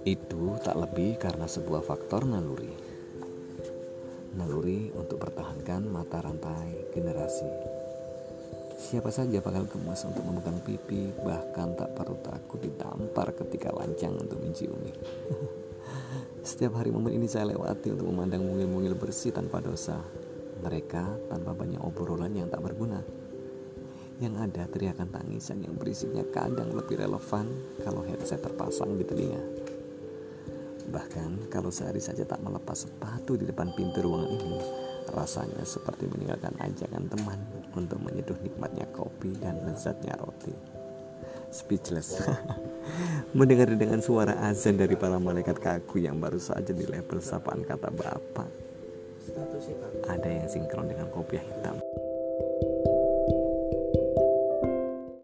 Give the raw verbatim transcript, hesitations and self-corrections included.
Itu tak lebih karena sebuah faktor naluri. Naluri untuk pertahankan mata rantai generasi. Siapa saja bakal gemas untuk memegang pipi, bahkan tak perlu takut ditampar ketika lancang untuk menciumi. Setiap hari momen ini saya lewati untuk memandang mungil-mungil bersih tanpa dosa. Mereka tanpa banyak obrolan yang tak berguna. Yang ada teriakan tangisan yang berisiknya kadang lebih relevan kalau headset terpasang di telinga. Bahkan kalau sehari saja tak melepas sepatu di depan pintu ruangan ini, rasanya seperti meninggalkan ajakan teman untuk menyeduh nikmatnya kopi dan lezatnya roti. Speechless. Mendengar dengan suara azan dari para malaikat kaku yang baru saja di level sapaan kata bapak. Ada yang sinkron dengan kopiah hitam.